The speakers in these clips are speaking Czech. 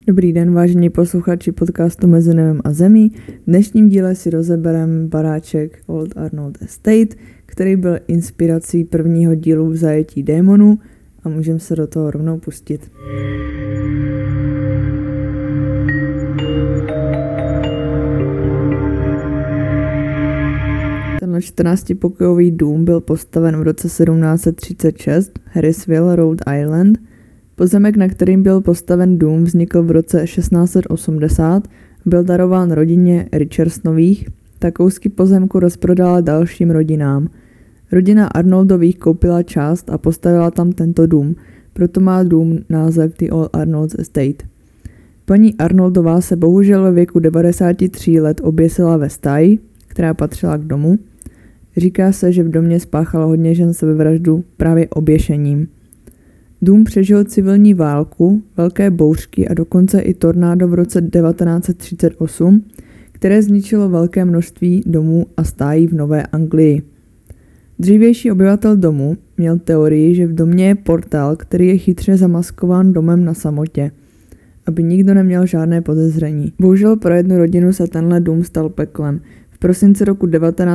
Dobrý den, vážení posluchači podcastu Mezi nebem a zemí. V dnešním díle si rozebereme baráček Old Arnold Estate, který byl inspirací prvního dílu V zajetí démonů a můžeme se do toho rovnou pustit. Tenhle 14-pokojový dům byl postaven v roce 1736 v Harrisville, Rhode Island. Pozemek, na kterým byl postaven dům, vznikl v roce 1680 a byl darován rodině Richardsonových. Ta kousky pozemku rozprodala dalším rodinám. Rodina Arnoldových koupila část a postavila tam tento dům, proto má dům název The Old Arnold's Estate. Paní Arnoldová se bohužel ve věku 93 let oběsila ve stáji, která patřila k domu. Říká se, že v domě spáchalo hodně žen sebevraždu právě oběšením. Dům přežil civilní válku, velké bouřky a dokonce i tornádo v roce 1938, které zničilo velké množství domů a stájí v Nové Anglii. Dřívější obyvatel domu měl teorii, že v domě je portál, který je chytře zamaskován domem na samotě, aby nikdo neměl žádné podezření. Bohužel pro jednu rodinu se tenhle dům stal peklem. V prosinci roku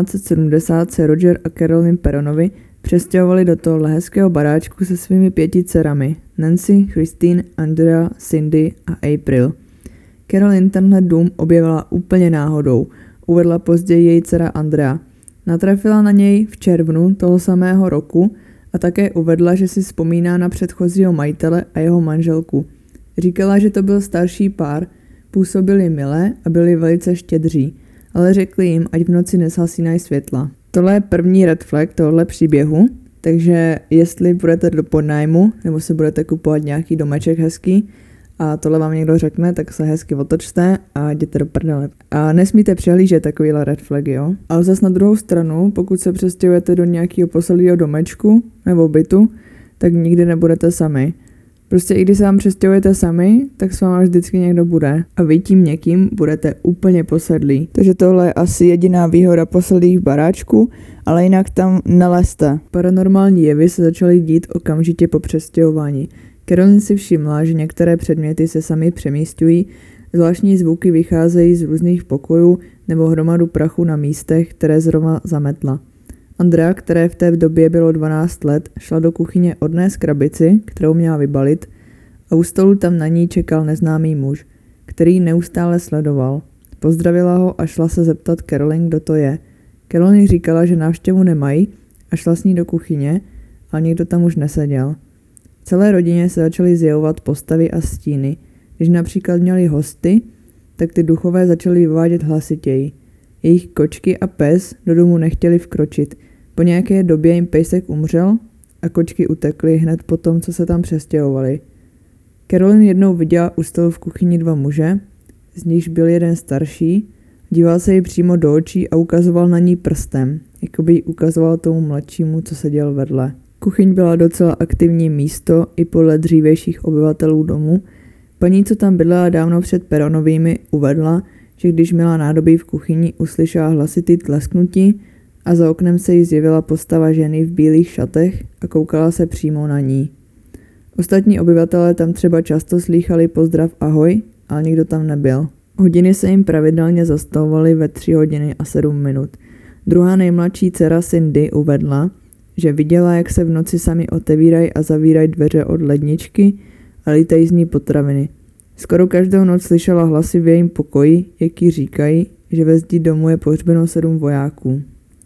1970 se Roger a Carolyn Perronovi přestěhovali do toho hezkého baráčku se svými 5 dcerami Nancy, Christine, Andrea, Cindy a April. Carolyn tenhle dům objevila úplně náhodou, uvedla později její dcera Andrea. Natrefila na něj v červnu toho samého roku a také uvedla, že si vzpomíná na předchozího majitele a jeho manželku. Říkala, že to byl starší pár, působili milé a byli velice štědří, ale řekli jim, ať v noci nezhasínají světla. Tohle je první red flag tohohle příběhu, takže jestli budete do podnájmu nebo si budete kupovat nějaký domeček hezký a tohle vám někdo řekne, tak se hezky otočte a jděte do prdele. A nesmíte přehlížet takovýhle red flagy, jo? Ale zase na druhou stranu, pokud se přestěhujete do nějakého posedlého domečku nebo bytu, tak nikdy nebudete sami. Prostě i když se vám přestěhujete sami, tak s váma vždycky někdo bude a vy tím někým budete úplně posedlí. Takže tohle je asi jediná výhoda posedlých baráčků, ale jinak tam nelezte. Paranormální jevy se začaly dít okamžitě po přestěhování. Carolyn si všimla, že některé předměty se sami přemísťují, zvláštní zvuky vycházejí z různých pokojů nebo hromadu prachu na místech, které zrovna zametla. Andrea, které v té době bylo 12 let, šla do kuchyně odnést krabici, kterou měla vybalit, a u stolu tam na ní čekal neznámý muž, který neustále sledoval. Pozdravila ho a šla se zeptat Carolyn, kdo to je. Carolyn říkala, že návštěvu nemají a šla s ní do kuchyně, ale nikdo tam už neseděl. V celé rodině se začaly zjevovat postavy a stíny. Když například měli hosty, tak ty duchové začaly vyvádět hlasitěji. Jejich kočky a pes do domu nechtěli vkročit. Po nějaké době jim pejsek umřel a kočky utekly hned po tom, co se tam přestěhovali. Carolyn jednou viděla u stolu v kuchyni 2 muže, z nichž byl jeden starší, díval se jí přímo do očí a ukazoval na ní prstem, jako by jí ukazoval tomu mladšímu, co seděl vedle. Kuchyň byla docela aktivní místo i podle dřívějších obyvatelů domu. Paní, co tam bydlela dávno před Perronovými, uvedla, že když měla nádobí v kuchyni, uslyšela hlasitý tlesknutí a za oknem se jí zjevila postava ženy v bílých šatech a koukala se přímo na ní. Ostatní obyvatelé tam třeba často slýchali pozdrav ahoj, ale nikdo tam nebyl. Hodiny se jim pravidelně zastavovaly ve 3 hodiny a 7 minut. Druhá nejmladší dcera Cindy uvedla, že viděla, jak se v noci sami otevírají a zavírají dveře od ledničky a lítají z ní potraviny. Skoro každou noc slyšela hlasy v jejím pokoji, jak jí říkají, že ve zdi domu je pohřbeno 7 vojáků.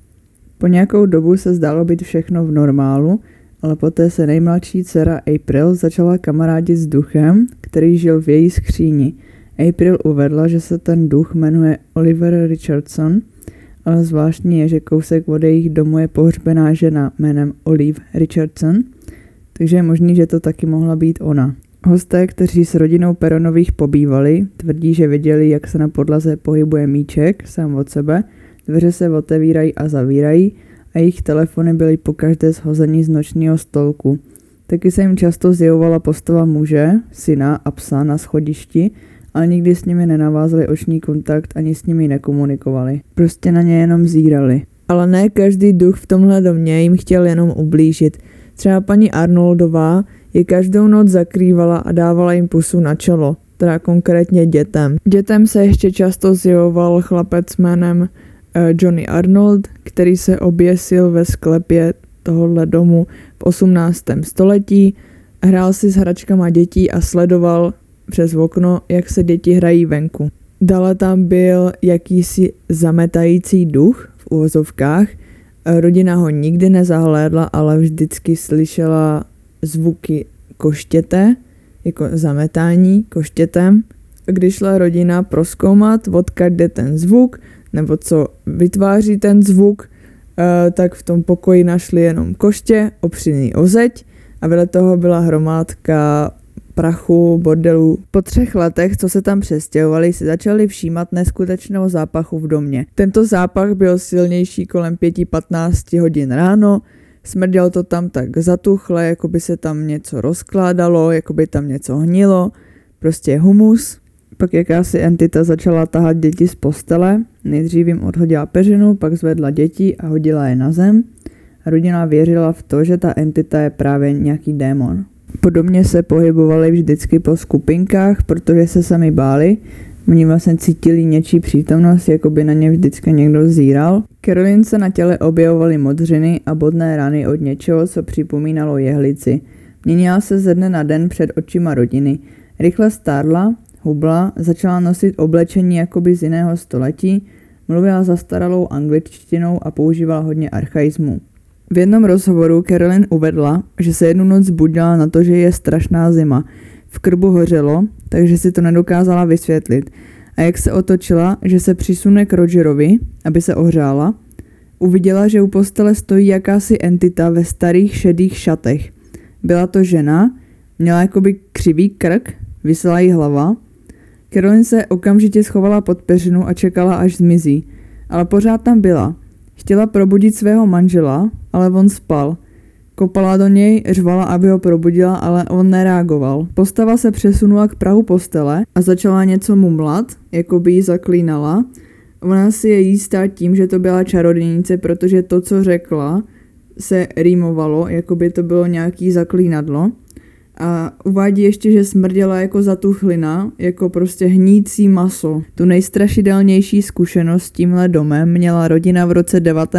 Po nějakou dobu se zdálo být všechno v normálu, ale poté se nejmladší dcera April začala kamarádit s duchem, který žil v její skříni. April uvedla, že se ten duch jmenuje Oliver Richardson, ale zvláštní je, že kousek od jejich domu je pohřbená žena jménem Olive Richardson, takže je možný, že to taky mohla být ona. Hosté, kteří s rodinou Perronových pobývali, tvrdí, že viděli, jak se na podlaze pohybuje míček sám od sebe, dveře se otevírají a zavírají a jejich telefony byly pokaždé shození z nočního stolku. Taky se jim často zjevovala postava muže, syna a psa na schodišti, ale nikdy s nimi nenavázali oční kontakt ani s nimi nekomunikovali. Prostě na ně jenom zírali. Ale ne každý duch v tomhle domě jim chtěl jenom ublížit. Třeba paní Arnoldová je každou noc zakrývala a dávala jim pusu na čelo. teda konkrétně dětem. Dětem se ještě často zjevoval chlapec jménem Johnny Arnold, který se oběsil ve sklepě tohohle domu v 18. století, hrál si s hračkama dětí a sledoval přes okno, jak se děti hrají venku. Dále tam byl jakýsi zametající duch v uvozovkách. Rodina ho nikdy nezahlédla, ale vždycky slyšela zvuky koštěte, jako zametání koštětem. Když šla rodina prozkoumat, odkud jde ten zvuk, nebo co vytváří ten zvuk, tak v tom pokoji našli jenom koště, opřený o zeď a vedle toho byla hromádka prachu, bordelu. Po 3 letech, co se tam přestěhovali, si začali všímat neskutečného zápachu v domě. Tento zápach byl silnější kolem 5:15 hodin ráno, smrdělo to tam tak zatuchle, jako by se tam něco rozkládalo, jako by tam něco hnilo, prostě humus. Pak jakási entita začala tahat děti z postele, nejdřív jim odhodila peřinu, pak zvedla děti a hodila je na zem. Rodina věřila v to, že ta entita je právě nějaký démon. Podobně se pohybovali vždycky po skupinkách, protože se sami báli. Oni vlastně cítili něčí přítomnost, jako by na ně vždycky někdo zíral. Caroline se na těle objevovaly modřiny a bodné rany od něčeho, co připomínalo jehlici. Měnila se ze dne na den před očima rodiny. Rychle stárla, hubla, začala nosit oblečení jakoby z jiného století, mluvila zastaralou angličtinou a používala hodně archaismů. V jednom rozhovoru Caroline uvedla, že se jednu noc zbudila na to, že je strašná zima. V krbu hořelo, takže si to nedokázala vysvětlit. A jak se otočila, že se přisune k Rogerovi, aby se ohřála, uviděla, že u postele stojí jakási entita ve starých šedých šatech. Byla to žena, měla jakoby křivý krk, visela jí hlava. Caroline se okamžitě schovala pod peřinu a čekala, až zmizí. Ale pořád tam byla. Chtěla probudit svého manžela, ale on spal. Kopala do něj, řvala, aby ho probudila, ale on nereagoval. Postava se přesunula k prahu postele a začala něco mumlat, jako by ji zaklínala. Ona si je jistá tím, že to byla čarodějnice, protože to, co řekla, se rýmovalo, jako by to bylo nějaký zaklínadlo. A uvádí ještě, že smrděla jako zatuchlina, jako prostě hnící maso. Tu nejstrašidelnější zkušenost s tímhle domem měla rodina v roce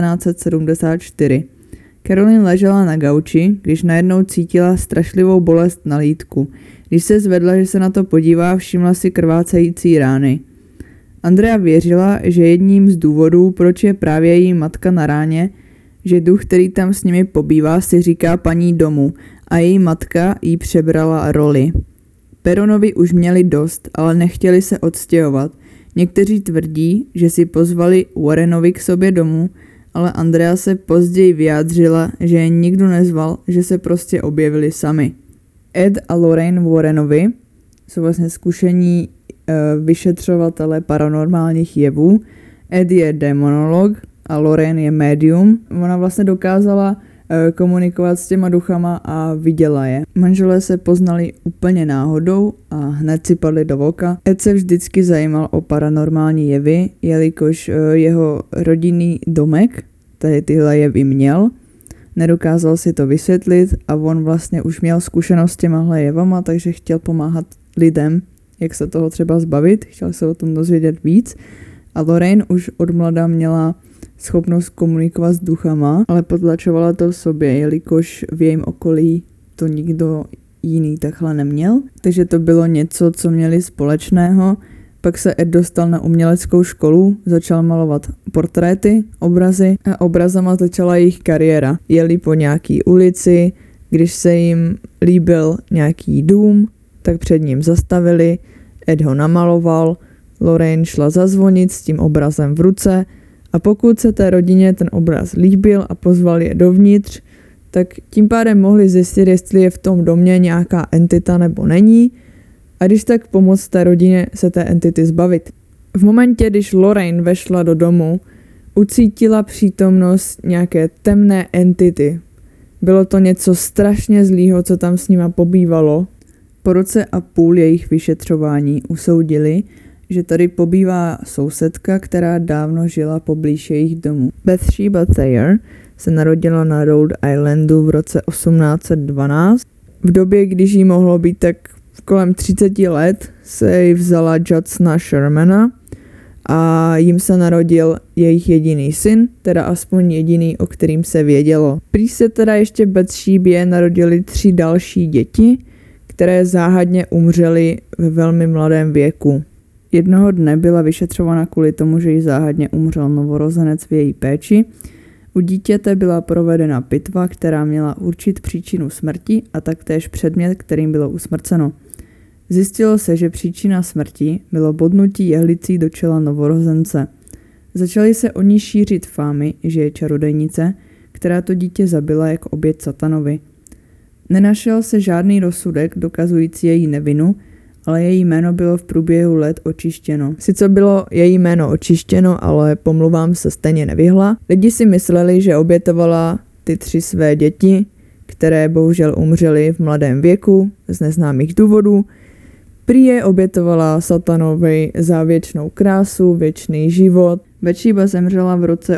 1974. Caroline ležela na gauči, když najednou cítila strašlivou bolest na lýtku. Když se zvedla, že se na to podívá, všimla si krvácející rány. Andrea věřila, že jedním z důvodů, proč je právě její matka na ráně, že duch, který tam s nimi pobývá, si říká paní domu a její matka jí přebrala roli. Peronovi už měli dost, ale nechtěli se odstěhovat. Někteří tvrdí, že si pozvali Warrenovi k sobě domů, ale Andrea se později vyjádřila, že je nikdo nezval, že se prostě objevili sami. Ed a Lorraine Warrenovi jsou vlastně zkušení vyšetřovatele paranormálních jevů. Ed je demonolog a Lorraine je médium. Ona vlastně dokázala komunikovat s těma duchama a viděla je. Manželé se poznali úplně náhodou a hned si padli do voka. Ed se vždycky zajímal o paranormální jevy, jelikož jeho rodinný domek tady tyhle jevy měl. Nedokázal si to vysvětlit a on vlastně už měl zkušenost s těmahle jevama, takže chtěl pomáhat lidem, jak se toho třeba zbavit, chtěl se o tom dozvědět víc. A Lorraine už od mlada měla schopnost komunikovat s duchama, ale potlačovala to v sobě, jelikož v jejím okolí to nikdo jiný takhle neměl. Takže to bylo něco, co měli společného. Pak se Ed dostal na uměleckou školu, začal malovat portréty, obrazy a obrazama začala jejich kariéra. Jeli po nějaký ulici, když se jim líbil nějaký dům, tak před ním zastavili, Ed ho namaloval, Lorraine šla zazvonit s tím obrazem v ruce a pokud se té rodině ten obraz líbil a pozval je dovnitř, tak tím pádem mohli zjistit, jestli je v tom domě nějaká entita nebo není a když tak pomoct té rodině se té entity zbavit. V momentě, když Lorraine vešla do domu, ucítila přítomnost nějaké temné entity. Bylo to něco strašně zlýho, co tam s nima pobývalo. Po roce a půl jejich vyšetřování usoudili, že tady pobývá sousedka, která dávno žila poblíž jejich domu. Bathsheba Thayer se narodila na Rhode Islandu v roce 1812. V době, když jí mohlo být tak kolem 30 let se jí vzala Judson Shermana a jim se narodil jejich jediný syn, teda aspoň jediný, o kterým se vědělo. Prý se teda ještě Batšíbě narodili 3 další děti, které záhadně umřely ve velmi mladém věku. Jednoho dne byla vyšetřována kvůli tomu, že jí záhadně umřel novorozenec v její péči. U dítěte byla provedena pitva, která měla určit příčinu smrti a taktéž předmět, kterým bylo usmrceno. Zjistilo se, že příčina smrti bylo bodnutí jehlicí do čela novorozence. Začaly se o ní šířit fámy, že je čarodejnice, která to dítě zabila jako oběť satanovi. Nenašel se žádný rozsudek dokazující její nevinu, ale její jméno bylo v průběhu let očištěno. Sice bylo její jméno očištěno, ale pomluvám se stejně nevyhla. Lidi si mysleli, že obětovala ty 3 své děti, které bohužel umřely v mladém věku z neznámých důvodů. Prý je obětovala satanovi za věčnou krásu, věčný život. Batšíba zemřela v roce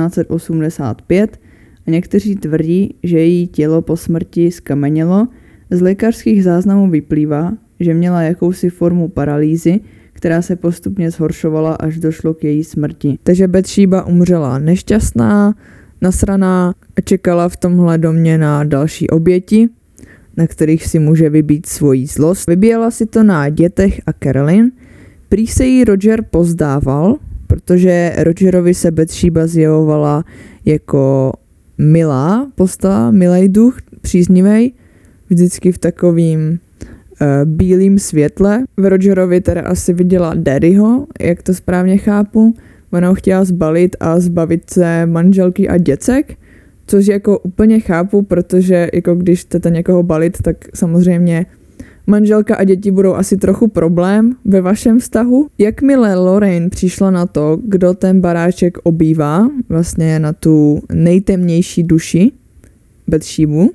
1885 a někteří tvrdí, že její tělo po smrti skamenělo. Z lékařských záznamů vyplývá, že měla jakousi formu paralýzy, která se postupně zhoršovala, až došlo k její smrti. Takže Batšíba umřela nešťastná, nasraná a čekala v tomhle domě na další oběti, na kterých si může vybít svoji zlost. Vybíjela si to na dětech a Carolyn. Prý se jí Roger pozdával, protože Rogerovi se Batšíba zjevovala jako milá postava, milý duch, příznivý, vždycky v takovým bílým světle. V Rogerovi teda asi viděla Daddyho, jak to správně chápu. Ona ho chtěla zbalit a zbavit se manželky a děcek, což jako úplně chápu, protože jako když chcete někoho balit, tak samozřejmě manželka a děti budou asi trochu problém ve vašem vztahu. Jakmile Lorraine přišla na to, kdo ten baráček obývá, vlastně na tu nejtemnější duši, Batšíbu,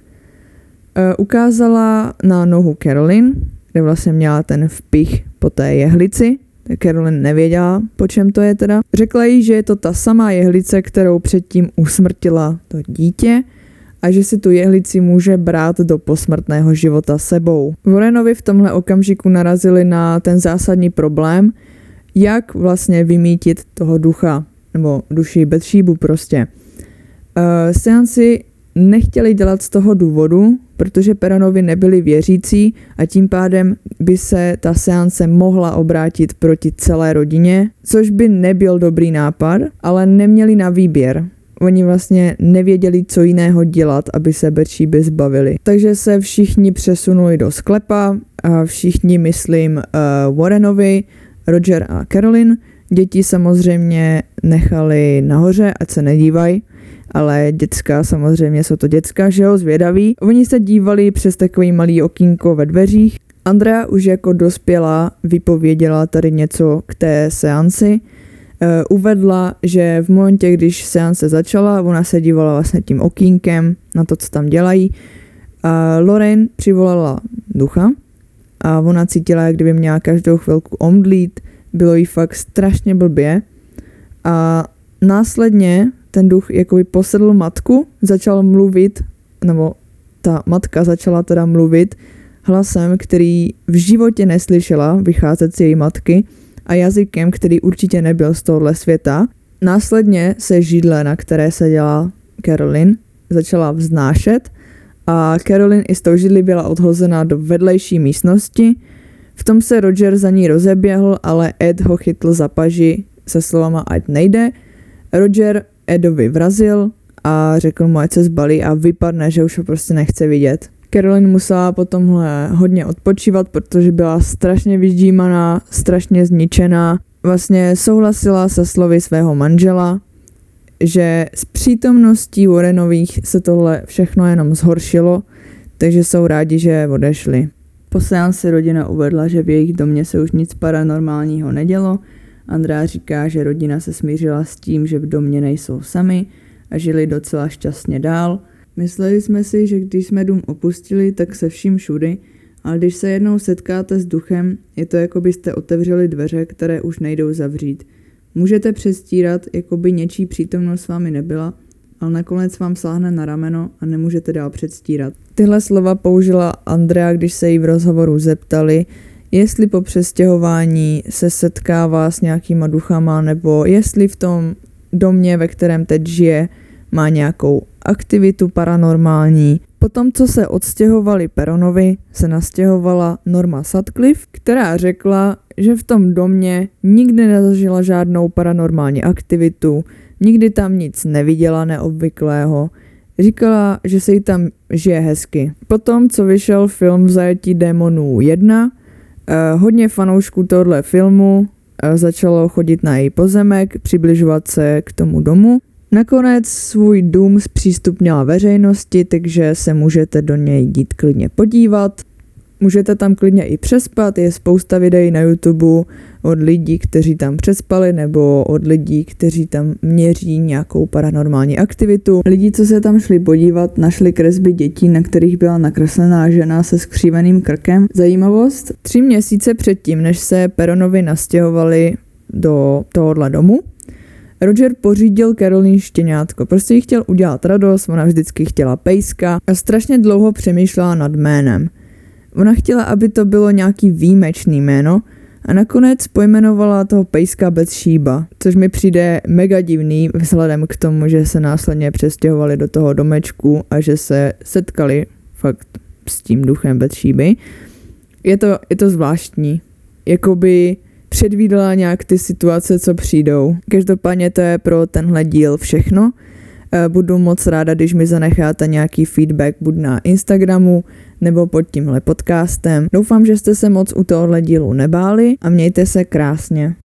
ukázala na nohu Carolyn, kde vlastně měla ten vpich po té jehlici. Carolyn nevěděla, po čem to je teda. Řekla jí, že je to ta samá jehlice, kterou předtím usmrtila to dítě a že si tu jehlici může brát do posmrtného života sebou. Warrenovi v tomhle okamžiku narazili na ten zásadní problém, jak vlastně vymítit toho ducha, nebo duši Batšíbu prostě. Seanci nechtěli dělat z toho důvodu, protože Perronovi nebyli věřící a tím pádem by se ta seance mohla obrátit proti celé rodině, což by nebyl dobrý nápad, ale neměli na výběr. Oni vlastně nevěděli, co jiného dělat, aby se Batšíby zbavili. Takže se všichni přesunuli do sklepa, a všichni, myslím, Warrenovi, Roger a Carolyn. Děti samozřejmě nechali nahoře, ať se nedívají, ale děcka samozřejmě jsou to děcka, že jo, zvědaví. Oni se dívali přes takový malý okýnko ve dveřích. Andrea už jako dospělá vypověděla tady něco k té seanci. Uvedla, že v momentě, když seance začala, ona se dívala vlastně tím okýnkem na to, co tam dělají. A Lorraine přivolala ducha a ona cítila, jak kdyby měla každou chvilku omdlít. Bylo jí fakt strašně blbě. A následně ten duch jakoby posedl matku, začal mluvit, nebo ta matka začala teda mluvit hlasem, který v životě neslyšela vycházet z její matky a jazykem, který určitě nebyl z tohohle světa. Následně se židle, na které seděla Carolyn, začala vznášet a Carolyn i z toho židli byla odhozena do vedlejší místnosti. V tom se Roger za ní rozeběhl, ale Ed ho chytl za paži se slovama ať nejde. Roger Edovi vrazil a řekl mu, ať se zbalí a vypadne, že už ho prostě nechce vidět. Carolyn musela potomhle hodně odpočívat, protože byla strašně vyždímaná, strašně zničená. Vlastně souhlasila se slovy svého manžela, že s přítomností Warrenových se tohle všechno jenom zhoršilo, takže jsou rádi, že odešli. Po seansi rodina uvedla, že v jejich domě se už nic paranormálního nedělo. Andrea říká, že rodina se smířila s tím, že v domě nejsou sami a žili docela šťastně dál. Mysleli jsme si, že když jsme dům opustili, tak se vším všudy, ale když se jednou setkáte s duchem, je to jako byste otevřeli dveře, které už nejdou zavřít. Můžete předstírat, jako by něčí přítomnost s vámi nebyla, ale nakonec vám sáhne na rameno a nemůžete dál předstírat. Tyhle slova použila Andrea, když se jí v rozhovoru zeptali, jestli po přestěhování se setkává s nějakýma duchama, nebo jestli v tom domě, ve kterém teď žije, má nějakou aktivitu paranormální. Potom, co se odstěhovali Peronovi, se nastěhovala Norma Sutcliffe, která řekla, že v tom domě nikdy nezažila žádnou paranormální aktivitu, nikdy tam nic neviděla neobvyklého. Říkala, že se jí tam žije hezky. Potom, co vyšel film V zajetí démonů 1, hodně fanoušků tohle filmu začalo chodit na její pozemek, přibližovat se k tomu domu. Nakonec svůj dům zpřístupnila veřejnosti, takže se můžete do něj jít klidně podívat. Můžete tam klidně i přespat, je spousta videí na YouTube od lidí, kteří tam přespali, nebo od lidí, kteří tam měří nějakou paranormální aktivitu. Lidi, co se tam šli podívat, našli kresby dětí, na kterých byla nakreslená žena se skříveným krkem. Zajímavost, 3 měsíce předtím, než se Peronovi nastěhovali do tohohle domu, Roger pořídil Caroline štěňátko, prostě jí chtěl udělat radost, ona vždycky chtěla pejska a strašně dlouho přemýšlela nad jménem. Ona chtěla, aby to bylo nějaký výjimečný jméno a nakonec pojmenovala toho pejska Bathsheba, což mi přijde mega divný vzhledem k tomu, že se následně přestěhovali do toho domečku a že se setkali fakt s tím duchem Bathsheby. Je to zvláštní, jakoby předvídala nějak ty situace, co přijdou. Každopádně to je pro tenhle díl všechno. Budu moc ráda, když mi zanecháte nějaký feedback buď na Instagramu nebo pod tímhle podcastem. Doufám, že jste se moc u tohohle dílu nebáli a mějte se krásně.